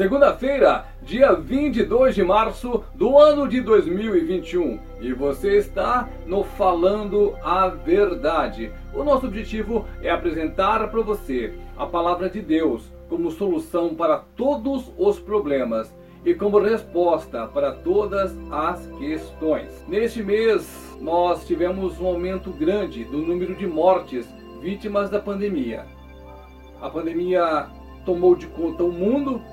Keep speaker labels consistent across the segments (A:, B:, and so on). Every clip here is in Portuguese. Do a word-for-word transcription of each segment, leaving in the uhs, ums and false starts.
A: Segunda-feira, dia vinte e dois de março do ano de dois mil e vinte e um, e você está no Falando a Verdade. O nosso objetivo é apresentar para você a palavra de Deus como solução para todos os problemas e como resposta para todas as questões. Neste mês, nós tivemos um aumento grande do número de mortes vítimas da pandemia. A pandemia tomou de conta o mundo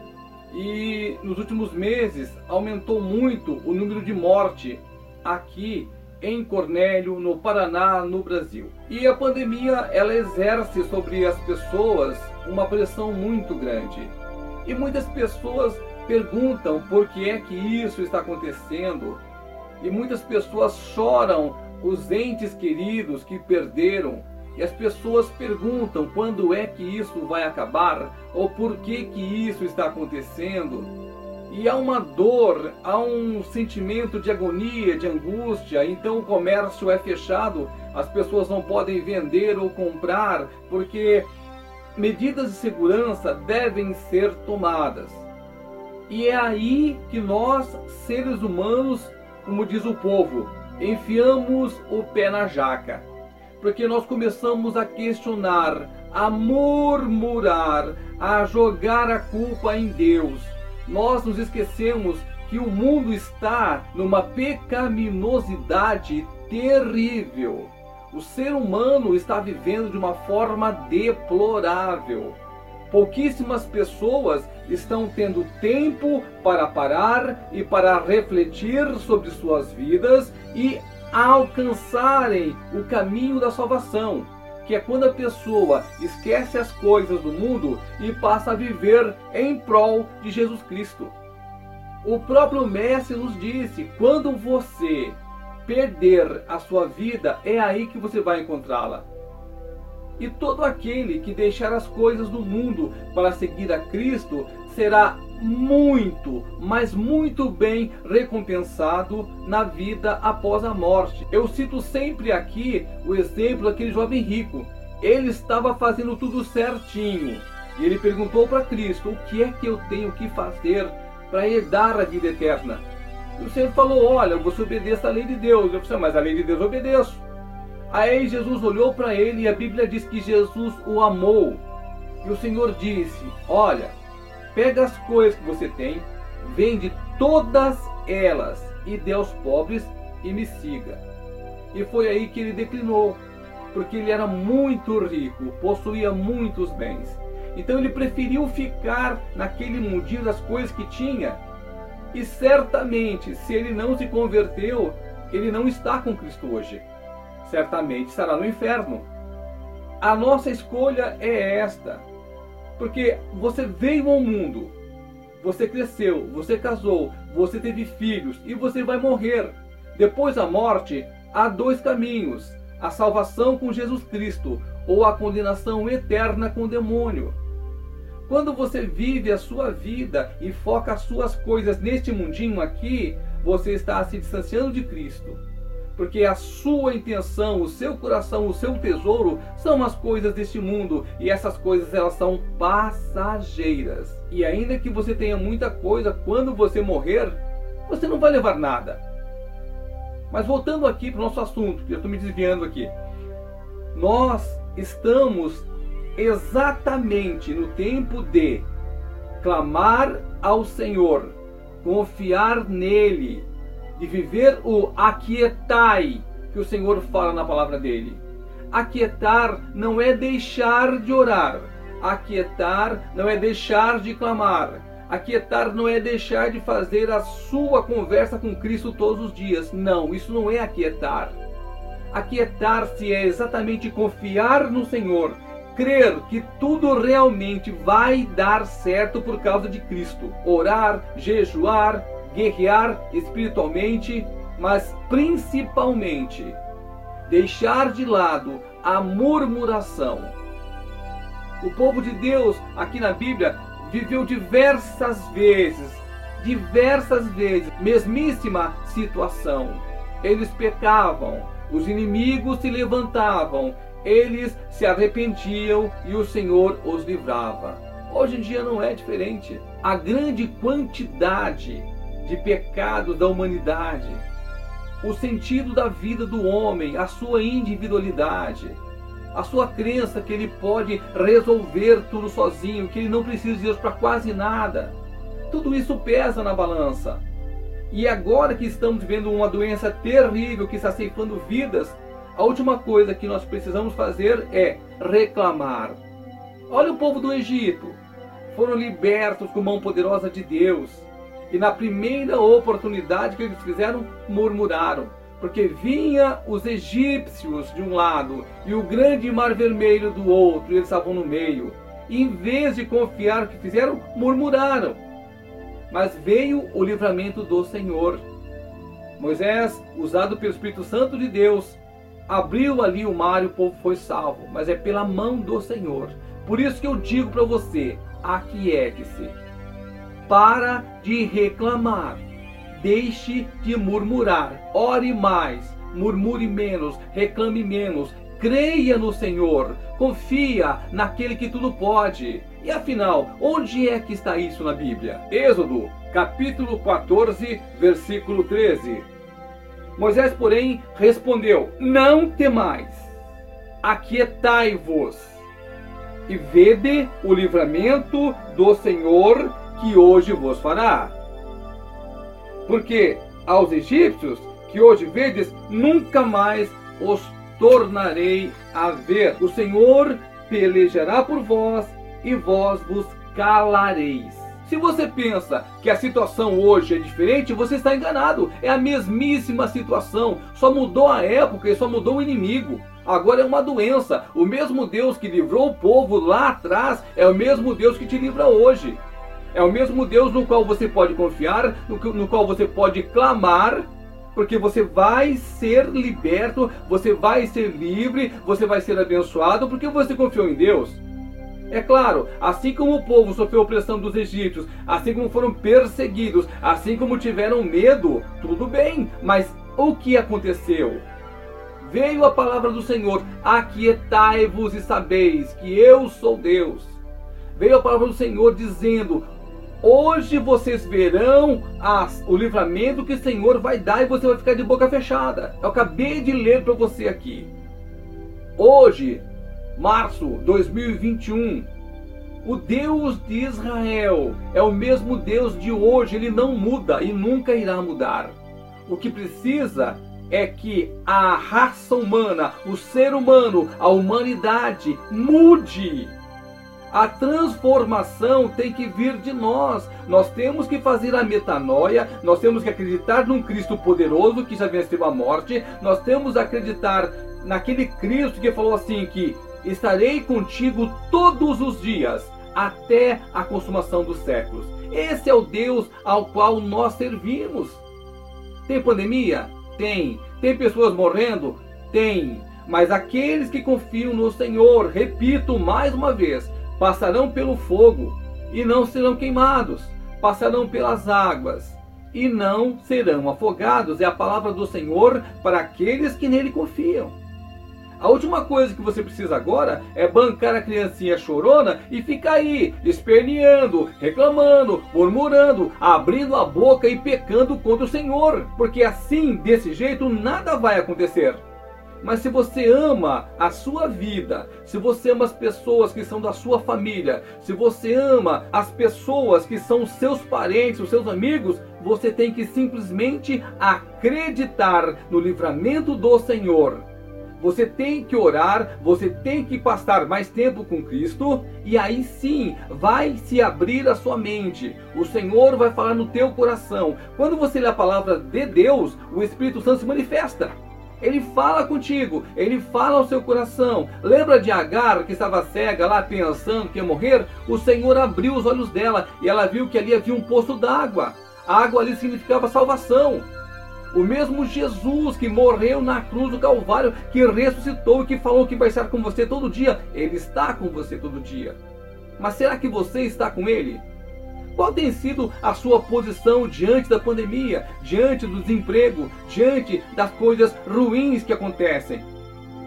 A: e nos últimos meses aumentou muito o número de morte aqui em Cornélio, no Paraná, no Brasil. E a pandemia, ela exerce sobre as pessoas uma pressão muito grande. E muitas pessoas perguntam por que é que isso está acontecendo. E muitas pessoas choram os entes queridos que perderam. E as pessoas perguntam quando é que isso vai acabar ou por que que isso está acontecendo. E há uma dor, há um sentimento de agonia, de angústia. Então o comércio é fechado, as pessoas não podem vender ou comprar porque medidas de segurança devem ser tomadas. E é aí que nós, seres humanos, como diz o povo, enfiamos o pé na jaca. Porque nós começamos a questionar, a murmurar, a jogar a culpa em Deus. Nós nos esquecemos que o mundo está numa pecaminosidade terrível. O ser humano está vivendo de uma forma deplorável. Pouquíssimas pessoas estão tendo tempo para parar e para refletir sobre suas vidas e alcançarem o caminho da salvação, que é quando a pessoa esquece as coisas do mundo e passa a viver em prol de Jesus Cristo. O próprio Mestre nos disse, quando você perder a sua vida, é aí que você vai encontrá-la. E todo aquele que deixar as coisas do mundo para seguir a Cristo será muito, mas muito bem recompensado na vida após a morte. Eu cito sempre aqui o exemplo daquele jovem rico. Ele estava fazendo tudo certinho e ele perguntou para Cristo: o que é que eu tenho que fazer para herdar a vida eterna? E o Senhor falou: olha, você obedeça à lei de Deus. Eu falei: mas a lei de Deus eu obedeço. Aí Jesus olhou para ele e a Bíblia diz que Jesus o amou. E o Senhor disse: olha, pega as coisas que você tem, vende todas elas e dê aos pobres e me siga. E foi aí que ele declinou, porque ele era muito rico, possuía muitos bens. Então ele preferiu ficar naquele mundinho das coisas que tinha. E certamente, se ele não se converteu, ele não está com Cristo hoje. Certamente estará no inferno. A nossa escolha é esta. Porque você veio ao mundo, você cresceu, você casou, você teve filhos e você vai morrer. Depois da morte, há dois caminhos: a salvação com Jesus Cristo ou a condenação eterna com o demônio. Quando você vive a sua vida e foca as suas coisas neste mundinho aqui, você está se distanciando de Cristo. Porque a sua intenção, o seu coração, o seu tesouro são as coisas deste mundo. E essas coisas, elas são passageiras. E ainda que você tenha muita coisa, quando você morrer, você não vai levar nada. Mas voltando aqui para o nosso assunto, que eu estou me desviando aqui. Nós estamos exatamente no tempo de clamar ao Senhor, confiar nele, de viver o aquietai, que o Senhor fala na palavra dele. Aquietar não é deixar de orar. Aquietar não é deixar de clamar. Aquietar não é deixar de fazer a sua conversa com Cristo todos os dias. Não, isso não é aquietar. Aquietar-se é exatamente confiar no Senhor, crer que tudo realmente vai dar certo por causa de Cristo. Orar, jejuar, guerrear espiritualmente, mas principalmente deixar de lado a murmuração. O povo de Deus aqui na Bíblia viveu diversas vezes, diversas vezes, mesmíssima situação. Eles pecavam, os inimigos se levantavam, eles se arrependiam e o Senhor os livrava. Hoje em dia não é diferente. a grande quantidade de pecados da humanidade, o sentido da vida do homem, a sua individualidade, a sua crença que ele pode resolver tudo sozinho, que ele não precisa de Deus para quase nada. Tudo isso pesa na balança. E agora que estamos vivendo uma doença terrível que está ceifando vidas, a última coisa que nós precisamos fazer é reclamar. Olha o povo do Egito. Foram libertos com mão poderosa de Deus. E na primeira oportunidade que eles fizeram, murmuraram. Porque vinha os egípcios de um lado e o grande mar vermelho do outro, e eles estavam no meio. E em vez de confiar no que fizeram, murmuraram. Mas veio o livramento do Senhor. Moisés, usado pelo Espírito Santo de Deus, abriu ali o mar e o povo foi salvo. Mas é pela mão do Senhor. Por isso que eu digo para você, aquiete-se. Para de reclamar. Deixe de murmurar. Ore mais. Murmure menos. Reclame menos. Creia no Senhor. Confia naquele que tudo pode. E afinal, onde é que está isso na Bíblia? Êxodo, capítulo quatorze, versículo treze. Moisés, porém, respondeu: não temais, aquietai-vos, e vede o livramento do Senhor que hoje vos fará. Porque aos egípcios que hoje vedes, nunca mais os tornarei a ver. O Senhor pelejará por vós, e vós vos calareis. Se você pensa que a situação hoje é diferente, você está enganado. É a mesmíssima situação, só mudou a época e só mudou o inimigo. Agora é uma doença. O mesmo Deus que livrou o povo lá atrás é o mesmo Deus que te livra hoje. É o mesmo Deus no qual você pode confiar, no qual você pode clamar, porque você vai ser liberto, você vai ser livre, você vai ser abençoado, porque você confiou em Deus. É claro, assim como o povo sofreu a opressão dos egípcios, assim como foram perseguidos, assim como tiveram medo, tudo bem, mas o que aconteceu? Veio a palavra do Senhor: aquietai-vos e sabeis que eu sou Deus. Veio a palavra do Senhor dizendo: hoje vocês verão as, o livramento que o Senhor vai dar, e você vai ficar de boca fechada. Eu acabei de ler para você aqui. Hoje, março de dois mil e vinte e um, o Deus de Israel é o mesmo Deus de hoje. Ele não muda e nunca irá mudar. O que precisa é que a raça humana, o ser humano, a humanidade mude. A transformação tem que vir de nós. Nós temos que fazer a metanoia, nós temos que acreditar num Cristo poderoso que já venceu a morte, nós temos que acreditar naquele Cristo que falou assim que estarei contigo todos os dias, até a consumação dos séculos. Esse é o Deus ao qual nós servimos. Tem pandemia? Tem. Tem pessoas morrendo? Tem. Mas aqueles que confiam no Senhor, repito mais uma vez, passarão pelo fogo e não serão queimados, passarão pelas águas e não serão afogados. É a palavra do Senhor para aqueles que nele confiam. A última coisa que você precisa agora é bancar a criancinha chorona e ficar aí, esperneando, reclamando, murmurando, abrindo a boca e pecando contra o Senhor. Porque assim, desse jeito, nada vai acontecer. Mas se você ama a sua vida, se você ama as pessoas que são da sua família, se você ama as pessoas que são os seus parentes, os seus amigos, você tem que simplesmente acreditar no livramento do Senhor. Você tem que orar, você tem que passar mais tempo com Cristo, e aí sim vai se abrir a sua mente. O Senhor vai falar no teu coração. Quando você lê a palavra de Deus, o Espírito Santo se manifesta. Ele fala contigo, ele fala ao seu coração. Lembra de Agar, que estava cega lá pensando que ia morrer? O Senhor abriu os olhos dela e ela viu que ali havia um poço d'água. A água ali significava salvação. O mesmo Jesus que morreu na cruz do Calvário, que ressuscitou e que falou que vai estar com você todo dia, ele está com você todo dia. Mas será que você está com ele? Qual tem sido a sua posição diante da pandemia, diante do desemprego, diante das coisas ruins que acontecem?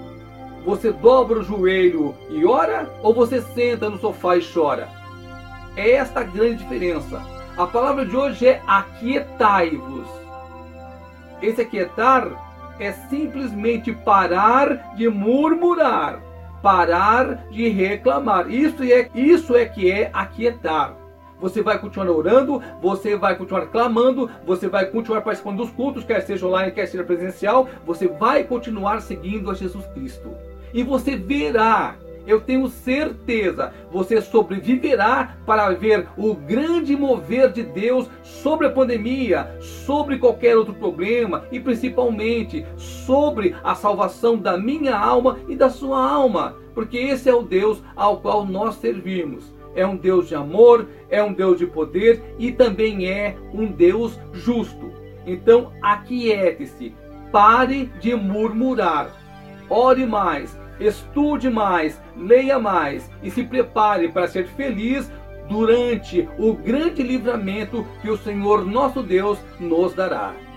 A: Você dobra o joelho e ora, ou você senta no sofá e chora? É esta a grande diferença. A palavra de hoje é aquietai-vos. Esse aquietar é simplesmente parar de murmurar, parar de reclamar. Isso é, isso é que é aquietar. Você vai continuar orando, você vai continuar clamando, você vai continuar participando dos cultos, quer seja online, quer seja presencial, você vai continuar seguindo a Jesus Cristo. E você verá, eu tenho certeza, você sobreviverá para ver o grande mover de Deus sobre a pandemia, sobre qualquer outro problema e principalmente sobre a salvação da minha alma e da sua alma, porque esse é o Deus ao qual nós servimos. É um Deus de amor, é um Deus de poder e também é um Deus justo. Então aquiete-se, pare de murmurar, ore mais, estude mais, leia mais e se prepare para ser feliz durante o grande livramento que o Senhor nosso Deus nos dará.